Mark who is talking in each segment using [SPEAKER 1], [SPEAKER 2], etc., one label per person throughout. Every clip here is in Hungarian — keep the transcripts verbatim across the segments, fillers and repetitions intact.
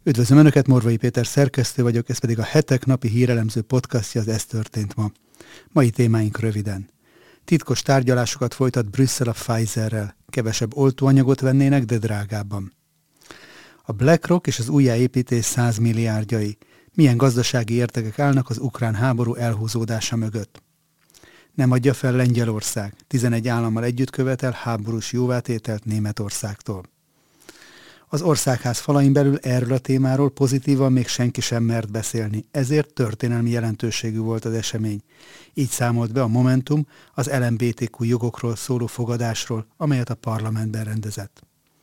[SPEAKER 1] Üdvözlöm Önöket, Morvai Péter szerkesztő vagyok, ez pedig a Hetek napi hírelemző podcastja, az Ez történt ma. Mai témáink röviden. Titkos tárgyalásokat folytat Brüsszel a Pfizerrel. Kevesebb oltóanyagot vennének, de drágábban. A BlackRock és az újjáépítés száz milliárdjai. Milyen gazdasági értékek állnak az ukrán háború elhúzódása mögött? Nem adja fel Lengyelország. tizenegy állammal együtt követel háborús jóvátételt Németországtól. Az országház falain belül erről a témáról pozitívan még senki sem mert beszélni, ezért történelmi jelentőségű volt az esemény. Így számolt be a Momentum az el em bé té kú jogokról szóló fogadásról, amelyet a parlamentben rendezett.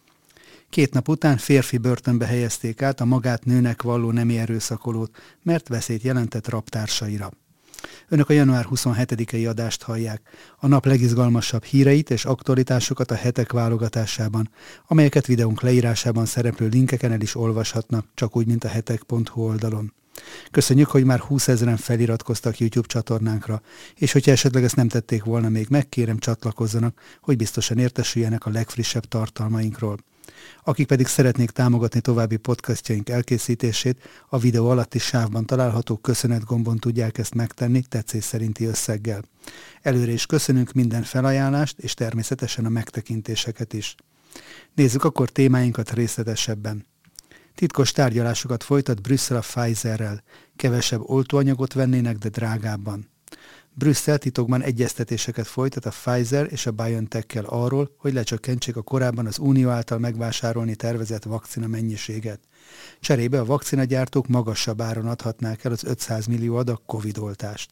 [SPEAKER 1] Két nap után férfi börtönbe helyezték át a magát nőnek valló nemi erőszakolót, mert veszélyt jelentett rabtársaira. Önök a január huszonhetedikei adást hallják, a nap legizgalmasabb híreit és aktualitásokat a Hetek válogatásában, amelyeket videónk leírásában szereplő linkeken el is olvashatnak, csak úgy, mint a hetek pont hu oldalon. Köszönjük, hogy már húszezren feliratkoztak YouTube csatornánkra, és hogyha esetleg ezt nem tették volna még meg, kérem csatlakozzanak, hogy biztosan értesüljenek a legfrissebb tartalmainkról. Akik pedig szeretnék támogatni további podcastjaink elkészítését, a videó alatti sávban található köszönet gombon tudják ezt megtenni tetszés szerinti összeggel. Előre is köszönünk minden felajánlást, és természetesen a megtekintéseket is. Nézzük akkor témáinkat részletesebben. Titkos tárgyalásokat folytat Brüsszel a Pfizerrel. Kevesebb oltóanyagot vennének, de drágábban. Brüsszel titokban egyeztetéseket folytat a Pfizer és a BioNTech-kel arról, hogy lecsökkentsék a korábban az Unió által megvásárolni tervezett vakcina mennyiséget. Cserébe a vakcinagyártók magasabb áron adhatnák el az ötszáz millió adag Covid-oltást.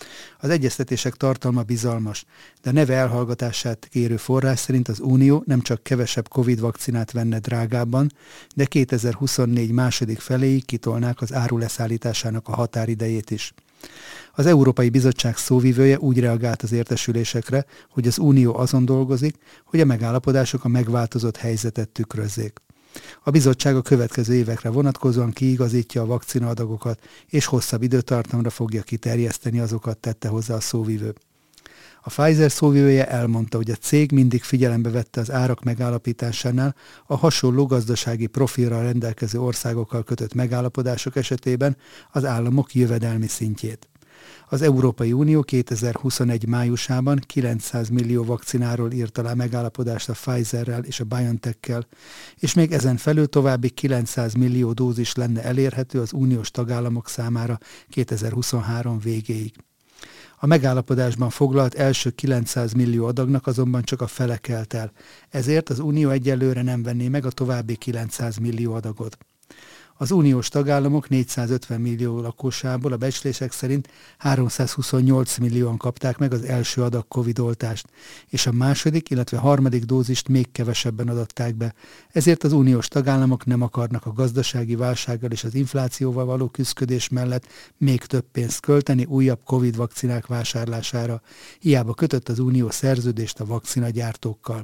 [SPEAKER 1] Az egyeztetések tartalma bizalmas, de neve elhallgatását kérő forrás szerint az Unió nem csak kevesebb Covid vakcinát venne drágábban, de kétezer-huszonnégy második feléig kitolnák az áru leszállításának a határidejét is. Az Európai Bizottság szóvivője úgy reagált az értesülésekre, hogy az Unió azon dolgozik, hogy a megállapodások a megváltozott helyzetet tükrözzék. A bizottság a következő évekre vonatkozóan kiigazítja a vakcinaadagokat, és hosszabb időtartamra fogja kiterjeszteni azokat, tette hozzá a szóvivő. A Pfizer szóvivője elmondta, hogy a cég mindig figyelembe vette az árak megállapításánál a hasonló gazdasági profilra rendelkező országokkal kötött megállapodások esetében az államok jövedelmi szintjét. Az Európai Unió kétezer-huszonegy májusában kilencszáz millió vakcináról írt alá megállapodást a Pfizerrel és a BioNTech-kel, és még ezen felül további kilencszáz millió dózis lenne elérhető az uniós tagállamok számára kétezer-huszonhárom végéig. A megállapodásban foglalt első kilencszáz millió adagnak azonban csak a fele kelt el, ezért az Unió egyelőre nem venné meg a további kilencszáz millió adagot. Az uniós tagállamok négyszázötven millió lakósából a becslések szerint háromszázhuszonnyolc millióan kapták meg az első adag Covid-oltást, és a második, illetve harmadik dózist még kevesebben adatták be, ezért az uniós tagállamok nem akarnak a gazdasági válsággal és az inflációval való küszködés mellett még több pénzt költeni újabb Covid vakcinák vásárlására, hiába kötött az unió szerződést a vakcinagyártókkal.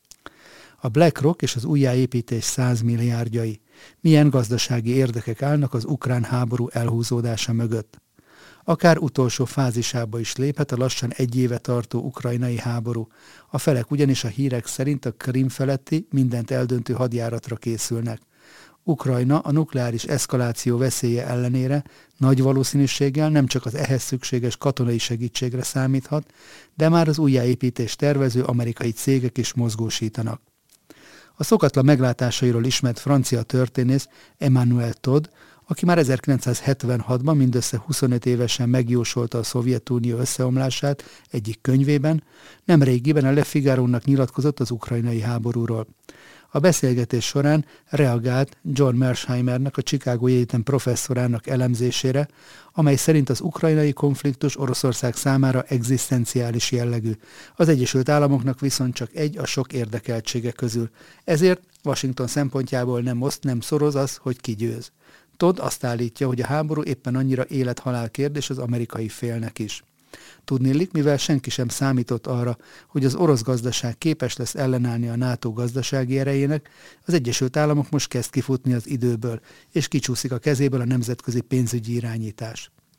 [SPEAKER 1] A BlackRock és az újjáépítés száz milliárdjai. Milyen gazdasági érdekek állnak az ukrán háború elhúzódása mögött? Akár utolsó fázisába is léphet a lassan egy éve tartó ukrajnai háború. A felek ugyanis a hírek szerint a Krím feletti mindent eldöntő hadjáratra készülnek. Ukrajna a nukleáris eszkaláció veszélye ellenére nagy valószínűséggel nem csak az ehhez szükséges katonai segítségre számíthat, de már az újjáépítés tervező amerikai cégek is mozgósítanak. A szokatlan meglátásairól ismert francia történész Emmanuel Todd, aki már ezerkilencszázhetvenhatban mindössze huszonöt évesen megjósolta a Szovjetunió összeomlását egyik könyvében, nemrégiben a Le Figaro-nak nyilatkozott az ukrajnai háborúról. A beszélgetés során reagált John Mersheimernek, a Chicagói Egyetem professzorának elemzésére, amely szerint az ukrajnai konfliktus Oroszország számára egzisztenciális jellegű, az Egyesült Államoknak viszont csak egy a sok érdekeltsége közül. Ezért Washington szempontjából nem oszt, nem szoroz az, hogy ki győz. Todd azt állítja, hogy a háború éppen annyira élet-halál kérdés az amerikai félnek is. Tudniillik, mivel senki sem számított arra, hogy az orosz gazdaság képes lesz ellenállni a NATO gazdasági erejének, az Egyesült Államok most kezd kifutni az időből, és kicsúszik a kezéből a nemzetközi pénzügyi irányítás.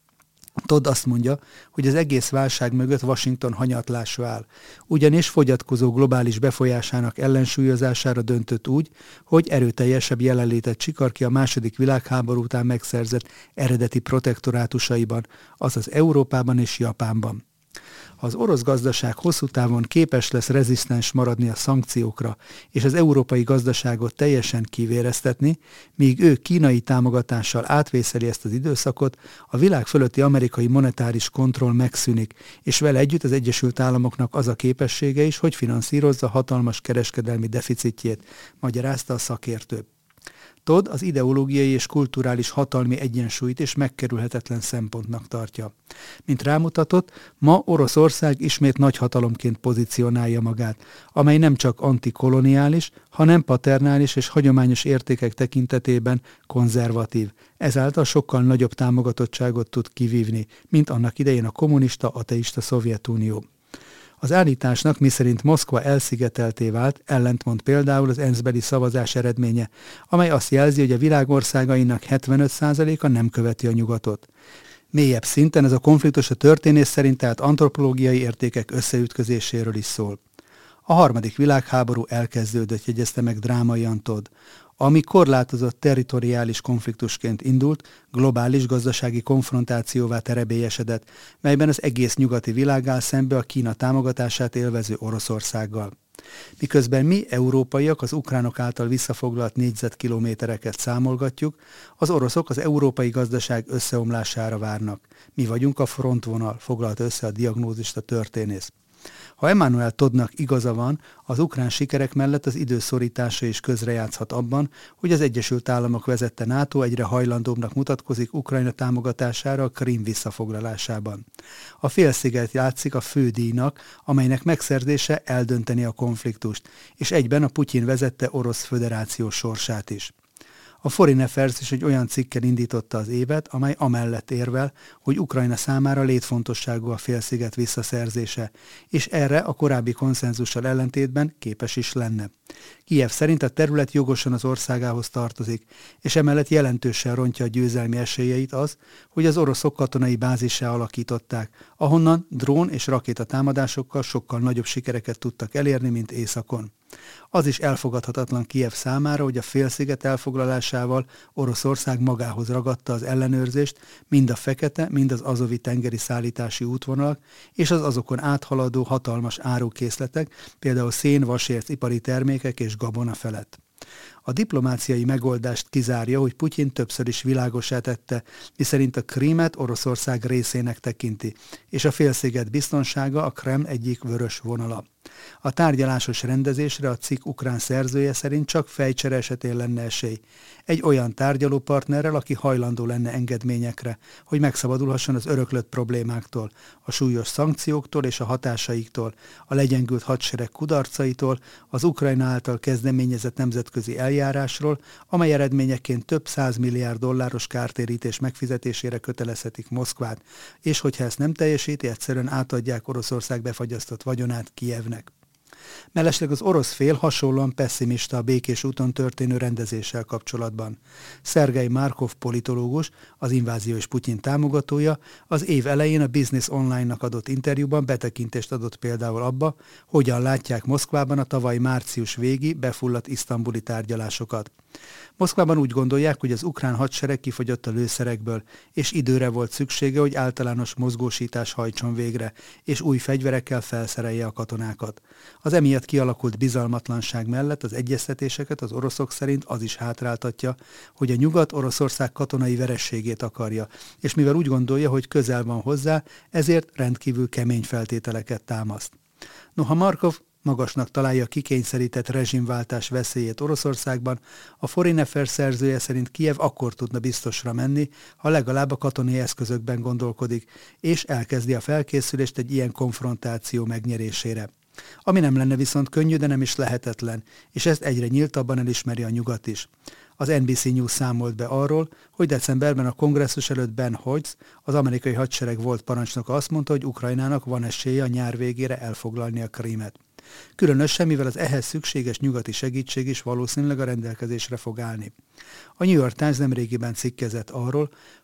[SPEAKER 1] Todd azt mondja, hogy az egész válság mögött Washington hanyatlásra áll, ugyanis fogyatkozó globális befolyásának ellensúlyozására döntött úgy, hogy erőteljesebb jelenlétet csikar ki a második világháború után megszerzett eredeti protektorátusaiban, azaz Európában és Japánban. Ha az orosz gazdaság hosszú távon képes lesz rezisztens maradni a szankciókra, és az európai gazdaságot teljesen kivéreztetni, míg ő kínai támogatással átvészeli ezt az időszakot, a világ fölötti amerikai monetáris kontroll megszűnik, és vele együtt az Egyesült Államoknak az a képessége is, hogy finanszírozza hatalmas kereskedelmi deficitjét, magyarázta a szakértő. Todd az ideológiai és kulturális hatalmi egyensúlyt is megkerülhetetlen szempontnak tartja. Mint rámutatott, ma Oroszország ismét nagyhatalomként pozícionálja magát, amely nem csak antikoloniális, hanem paternális és hagyományos értékek tekintetében konzervatív. Ezáltal sokkal nagyobb támogatottságot tud kivívni, mint annak idején a kommunista, ateista Szovjetunió. Az állításnak, miszerint Moszkva elszigetelté vált, ellentmond például az ENSZ-beli szavazás eredménye, amely azt jelzi, hogy a világ országainak hetvenöt százaléka nem követi a nyugatot. Mélyebb szinten ez a konfliktus a történész szerint tehát antropológiai értékek összeütközéséről is szól. A harmadik világháború elkezdődött, jegyezte meg drámaian Todd. Ami korlátozott territoriális konfliktusként indult, globális gazdasági konfrontációvá terebélyesedett, melyben az egész nyugati világ áll szembe a Kína támogatását élvező Oroszországgal. Miközben mi, európaiak, az ukránok által visszafoglalt négyzetkilométereket számolgatjuk, az oroszok az európai gazdaság összeomlására várnak. Mi vagyunk a frontvonal, foglalta össze a diagnózist a történész. Ha Emmanuel Toddnak igaza van, az ukrán sikerek mellett az idő szorítása is közrejátszhat abban, hogy az Egyesült Államok vezette NATO egyre hajlandóbbnak mutatkozik Ukrajna támogatására a Krím visszafoglalásában. A félsziget játszik a fődíjnak, amelynek megszerzése eldönteni a konfliktust, és egyben a Putyin vezette Orosz Föderáció sorsát is. A Foreign Affairs is egy olyan cikkel indította az évet, amely amellett érvel, hogy Ukrajna számára létfontosságú a félsziget visszaszerzése, és erre a korábbi konszenzussal ellentétben képes is lenne. Kijev szerint a terület jogosan az országához tartozik, és emellett jelentősen rontja a győzelmi esélyeit az, hogy az oroszok katonai bázissá alakították, ahonnan drón és rakétatámadásokkal sokkal nagyobb sikereket tudtak elérni, mint északon. Az is elfogadhatatlan Kijev számára, hogy a félsziget elfoglalásával Oroszország magához ragadta az ellenőrzést mind a Fekete, mind az Azovi tengeri szállítási útvonalak és az azokon áthaladó hatalmas árukészletek, például szén, vasérc, ipari termékek és gabona felett. A diplomáciai megoldást kizárja, hogy Putyin többször is világossá tette, miszerint a Krímet Oroszország részének tekinti, és a félsziget biztonsága a Kreml egyik vörös vonala. A tárgyalásos rendezésre a cikk ukrán szerzője szerint csak fejcsere esetén lenne esély. Egy olyan tárgyalópartnerrel, aki hajlandó lenne engedményekre, hogy megszabadulhasson az öröklött problémáktól, a súlyos szankcióktól és a hatásaiktól, a legyengült hadsereg kudarcaitól, az Ukrajna által kezdeményezett nemzetközi eljárásról, amely eredményeként több száz milliárd dolláros kártérítés megfizetésére kötelezhetik Moszkvát, és hogyha ezt nem teljesíti, egyszerűen átadják Oroszország befagyasztott vagyonát Kijevnek. Mellesleg az orosz fél hasonlóan pesszimista a békés úton történő rendezéssel kapcsolatban. Szergej Markov politológus, az invázió és Putyin támogatója, az év elején a Business Online-nak adott interjúban betekintést adott például abba, hogyan látják Moszkvában a tavaly március végi befulladt isztambuli tárgyalásokat. Moszkvában úgy gondolják, hogy az ukrán hadsereg kifogyott a lőszerekből, és időre volt szüksége, hogy általános mozgósítás hajtson végre, és új fegyverekkel felszerelje a katonákat. Az emiatt kialakult bizalmatlanság mellett az egyeztetéseket az oroszok szerint az is hátráltatja, hogy a nyugat Oroszország katonai verességét akarja, és mivel úgy gondolja, hogy közel van hozzá, ezért rendkívül kemény feltételeket támaszt. Noha Markov magasnak találja a kikényszerített rezsimváltás veszélyét Oroszországban, a Foreign Affairs szerzője szerint Kijev akkor tudna biztosra menni, ha legalább a katonai eszközökben gondolkodik, és elkezdi a felkészülést egy ilyen konfrontáció megnyerésére. Ami nem lenne viszont könnyű, de nem is lehetetlen, és ezt egyre nyíltabban elismeri a nyugat is. Az en bé cé News számolt be arról, hogy decemberben a kongresszus előtt Ben Hodges, az amerikai hadsereg volt parancsnoka azt mondta, hogy Ukrajnának van esélye a nyár végére elfoglalni a Krímet. Különösen, mivel az ehhez szükséges nyugati segítség is valószínűleg a rendelkezésre fog állni. A New York Times nemrégiben cikkezett arról,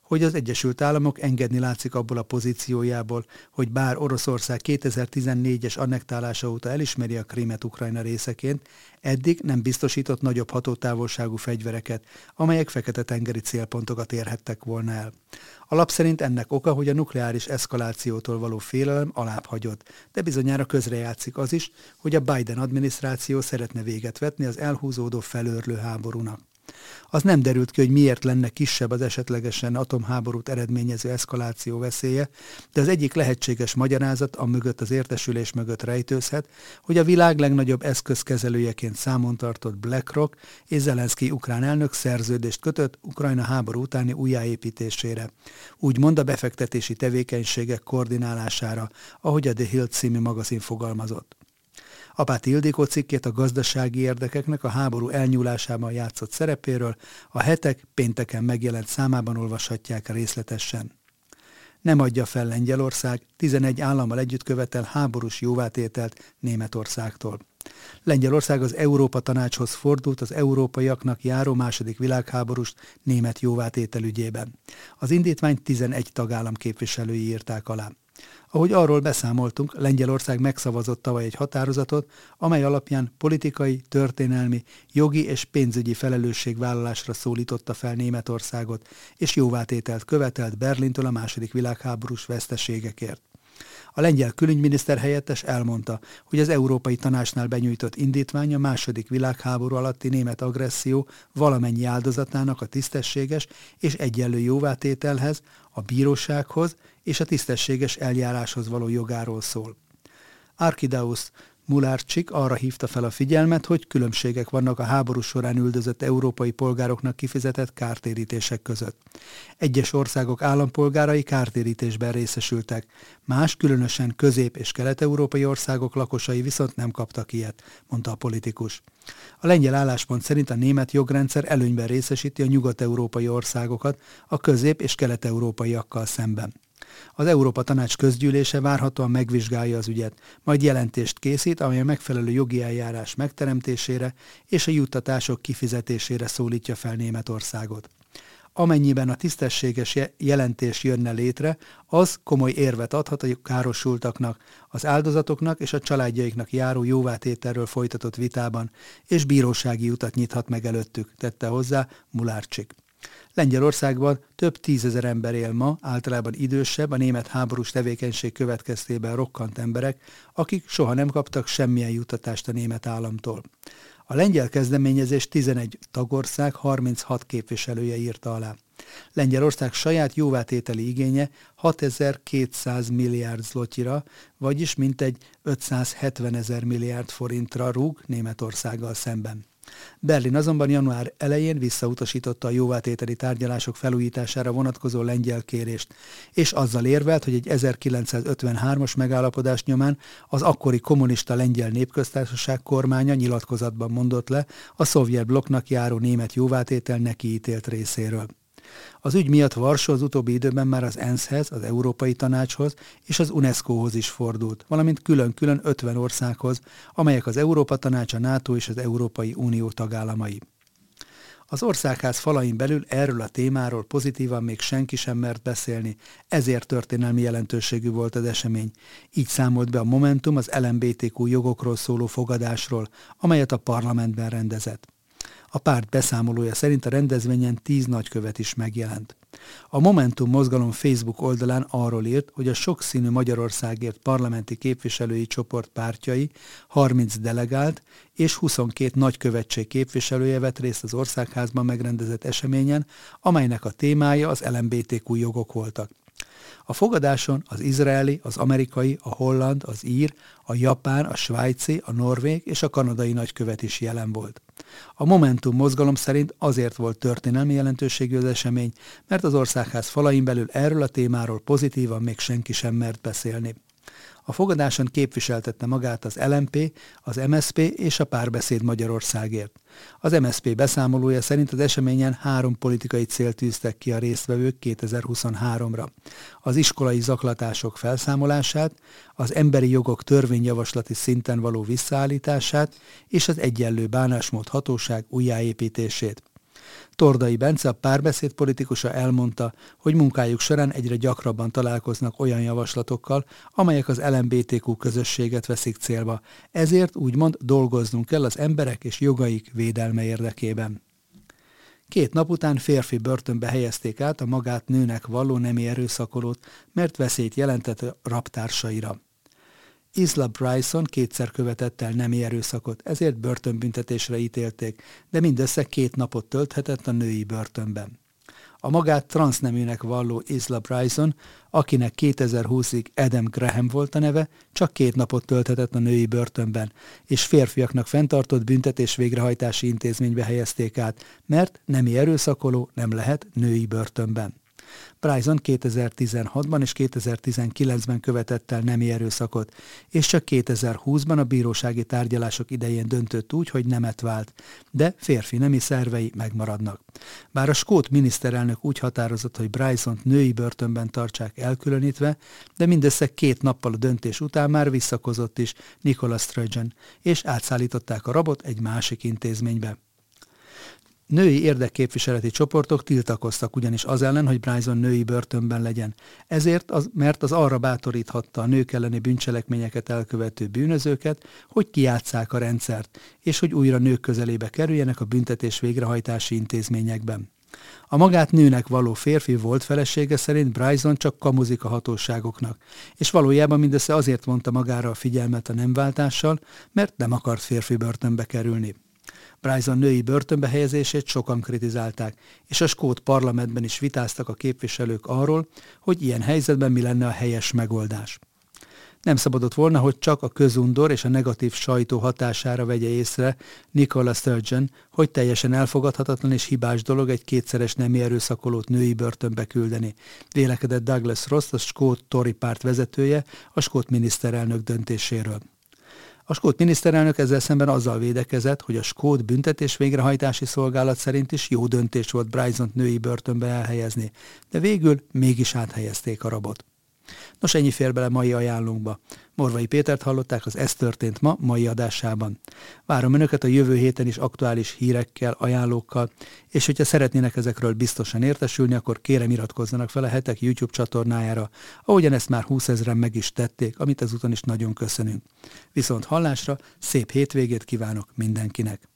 [SPEAKER 1] hogy az Egyesült Államok engedni látszik abból a pozíciójából, hogy bár Oroszország kétezer-tizennégyes annektálása óta elismeri a Krímet Ukrajna részeként, eddig nem biztosított nagyobb hatótávolságú fegyvereket, amelyek fekete-tengeri célpontokat érhettek volna el. A lap szerint ennek oka, hogy a nukleáris eszkalációtól való félelem alább hagyott, de bizonyára közrejátszik az is, hogy a Biden adminisztráció szeretne véget vetni az elhúzódó felőrlő háborúnak. Az nem derült ki, hogy miért lenne kisebb az esetlegesen atomháborút eredményező eszkaláció veszélye, de az egyik lehetséges magyarázat a mögött az értesülés mögött rejtőzhet, hogy a világ legnagyobb eszközkezelőjeként számon tartott BlackRock és Zelenszky ukrán elnök szerződést kötött Ukrajna háború utáni újjáépítésére, úgymond a befektetési tevékenységek koordinálására, ahogy a The Hill című magazin fogalmazott. Apáti Ildikó cikkét a gazdasági érdekeknek a háború elnyúlásában játszott szerepéről a Hetek pénteken megjelent számában olvashatják részletesen. Nem adja fel Lengyelország, tizenegy állammal együtt követel háborús jóvátételt Németországtól. Lengyelország az Európa Tanácshoz fordult az európaiaknak járó második világháborúst német jóvátétel ügyében. Az indítványt tizenegy tagállam képviselői írták alá. Ahogy arról beszámoltunk, Lengyelország megszavazott tavaly egy határozatot, amely alapján politikai, történelmi, jogi és pénzügyi felelősségvállalásra szólította fel Németországot, és jóvátételt követelt Berlintől a második világháborús veszteségekért. A lengyel külügyminiszter helyettes elmondta, hogy az Európai Tanácsnál benyújtott indítvány a második világháború alatti német agresszió valamennyi áldozatának a tisztességes és egyenlő jóvátételhez, a bírósághoz és a tisztességes eljáráshoz való jogáról szól. Arkideusz Mularczyk arra hívta fel a figyelmet, hogy különbségek vannak a háború során üldözött európai polgároknak kifizetett kártérítések között. Egyes országok állampolgárai kártérítésben részesültek, más, különösen közép- és kelet-európai országok lakosai viszont nem kaptak ilyet, mondta a politikus. A lengyel álláspont szerint a német jogrendszer előnyben részesíti a nyugat-európai országokat a közép- és kelet-európaiakkal szemben. Az Európa Tanács közgyűlése várhatóan megvizsgálja az ügyet, majd jelentést készít, amely a megfelelő jogi eljárás megteremtésére és a juttatások kifizetésére szólítja fel Németországot. Amennyiben a tisztességes jelentés jönne létre, az komoly érvet adhat a károsultaknak, az áldozatoknak és a családjaiknak járó jóvátételről folytatott vitában, és bírósági utat nyithat meg előttük, tette hozzá Mularczyk. Lengyelországban több tízezer ember él ma, általában idősebb, a német háborús tevékenység következtében rokkant emberek, akik soha nem kaptak semmilyen juttatást a német államtól. A lengyel kezdeményezés tizenegy tagország harminchat képviselője írta alá. Lengyelország saját jóvátételi igénye hatezer-kétszáz milliárd zlotyira, vagyis mintegy ötszázhetvenezer milliárd forintra rúg Németországgal szemben. Berlin azonban január elején visszautasította a jóvátételi tárgyalások felújítására vonatkozó lengyel kérést, és azzal érvelt, hogy egy ezerkilencszázötvenhármas megállapodás nyomán az akkori kommunista lengyel népköztársaság kormánya nyilatkozatban mondott le a szovjet blokknak járó német jóvátétel nekiítélt részéről. Az ügy miatt Varsó az utóbbi időben már az ENSZ-hez, az Európai Tanácshoz és az UNESCO-hoz is fordult, valamint külön-külön ötven országhoz, amelyek az Európa Tanács, a NATO és az Európai Unió tagállamai. Az országház falain belül erről a témáról pozitívan még senki sem mert beszélni, ezért történelmi jelentőségű volt az esemény. Így számolt be a Momentum az el em bé té kú jogokról szóló fogadásról, amelyet a parlamentben rendezett. A párt beszámolója szerint a rendezvényen tíz nagykövet is megjelent. A Momentum mozgalom Facebook oldalán arról írt, hogy a sokszínű Magyarországért parlamenti képviselői csoport pártjai harminc delegált és huszonkét nagykövetség képviselője vett részt az országházban megrendezett eseményen, amelynek a témája az el em bé té kú jogok voltak. A fogadáson az izraeli, az amerikai, a holland, az ír, a japán, a svájci, a norvég és a kanadai nagykövet is jelen volt. A Momentum mozgalom szerint azért volt történelmi jelentőségű az esemény, mert az országház falain belül erről a témáról pozitívan még senki sem mert beszélni. A fogadáson képviseltette magát az el em pé, az em es zé pé és a Párbeszéd Magyarországért. Az em es zé pé beszámolója szerint az eseményen három politikai célt tűztek ki a résztvevők kétezer-huszonháromra. Az iskolai zaklatások felszámolását, az emberi jogok törvényjavaslati szinten való visszaállítását és az egyenlő bánásmód hatóság újjáépítését. Tordai Bence, a Párbeszéd politikusa elmondta, hogy munkájuk során egyre gyakrabban találkoznak olyan javaslatokkal, amelyek az el em bé té kú közösséget veszik célba. Ezért úgymond dolgoznunk kell az emberek és jogaik védelme érdekében. Két nap után férfi börtönbe helyezték át a magát nőnek valló nemi erőszakolót, mert veszélyt jelentett a rabtársaira. Isla Bryson kétszer követett el nemi erőszakot, ezért börtönbüntetésre ítélték, de mindössze két napot tölthetett a női börtönben. A magát transzneműnek valló Isla Bryson, akinek kétezer-húszig Adam Graham volt a neve, csak két napot tölthetett a női börtönben, és férfiaknak fenntartott büntetés végrehajtási intézménybe helyezték át, mert nemi erőszakoló nem lehet női börtönben. Bryson kétezer-tizenhatban és kétezer-tizenkilencben követett el nemi erőszakot, és csak kétezer-húszban a bírósági tárgyalások idején döntött úgy, hogy nemet vált, de férfi nemi szervei megmaradnak. Bár a skót miniszterelnök úgy határozott, hogy Brysont női börtönben tartsák elkülönítve, de mindössze két nappal a döntés után már visszakozott is Nicola Sturgeon, és átszállították a rabot egy másik intézménybe. Női érdekképviseleti csoportok tiltakoztak ugyanis az ellen, hogy Bryson női börtönben legyen. Ezért, az, mert az arra bátoríthatta a nők elleni bűncselekményeket elkövető bűnözőket, hogy kijátsszák a rendszert, és hogy újra nők közelébe kerüljenek a büntetés végrehajtási intézményekben. A magát nőnek való férfi volt felesége szerint Bryson csak kamuzik a hatóságoknak, és valójában mindössze azért vonta magára a figyelmet a nemváltással, mert nem akart férfi börtönbe kerülni. Bryson női börtönbe helyezését sokan kritizálták, és a skót parlamentben is vitáztak a képviselők arról, hogy ilyen helyzetben mi lenne a helyes megoldás. Nem szabadott volna, hogy csak a közundor és a negatív sajtó hatására vegye észre Nicola Sturgeon, hogy teljesen elfogadhatatlan és hibás dolog egy kétszeres nemi erőszakolót női börtönbe küldeni, vélekedett Douglas Ross, a skót Tory párt vezetője, a skót miniszterelnök döntéséről. A skót miniszterelnök ezzel szemben azzal védekezett, hogy a skót büntetés végrehajtási szolgálat szerint is jó döntés volt Brysont női börtönbe elhelyezni, de végül mégis áthelyezték a rabot. Nos, ennyi fér bele mai ajánlónkba. Morvai Pétert hallották az Ez történt ma mai adásában. Várom önöket a jövő héten is aktuális hírekkel, ajánlókkal, és hogyha szeretnének ezekről biztosan értesülni, akkor kérem iratkozzanak fel a Hetek YouTube csatornájára, ahogyan ezt már húszezren meg is tették, amit ezúton is nagyon köszönünk. Viszont hallásra, szép hétvégét kívánok mindenkinek!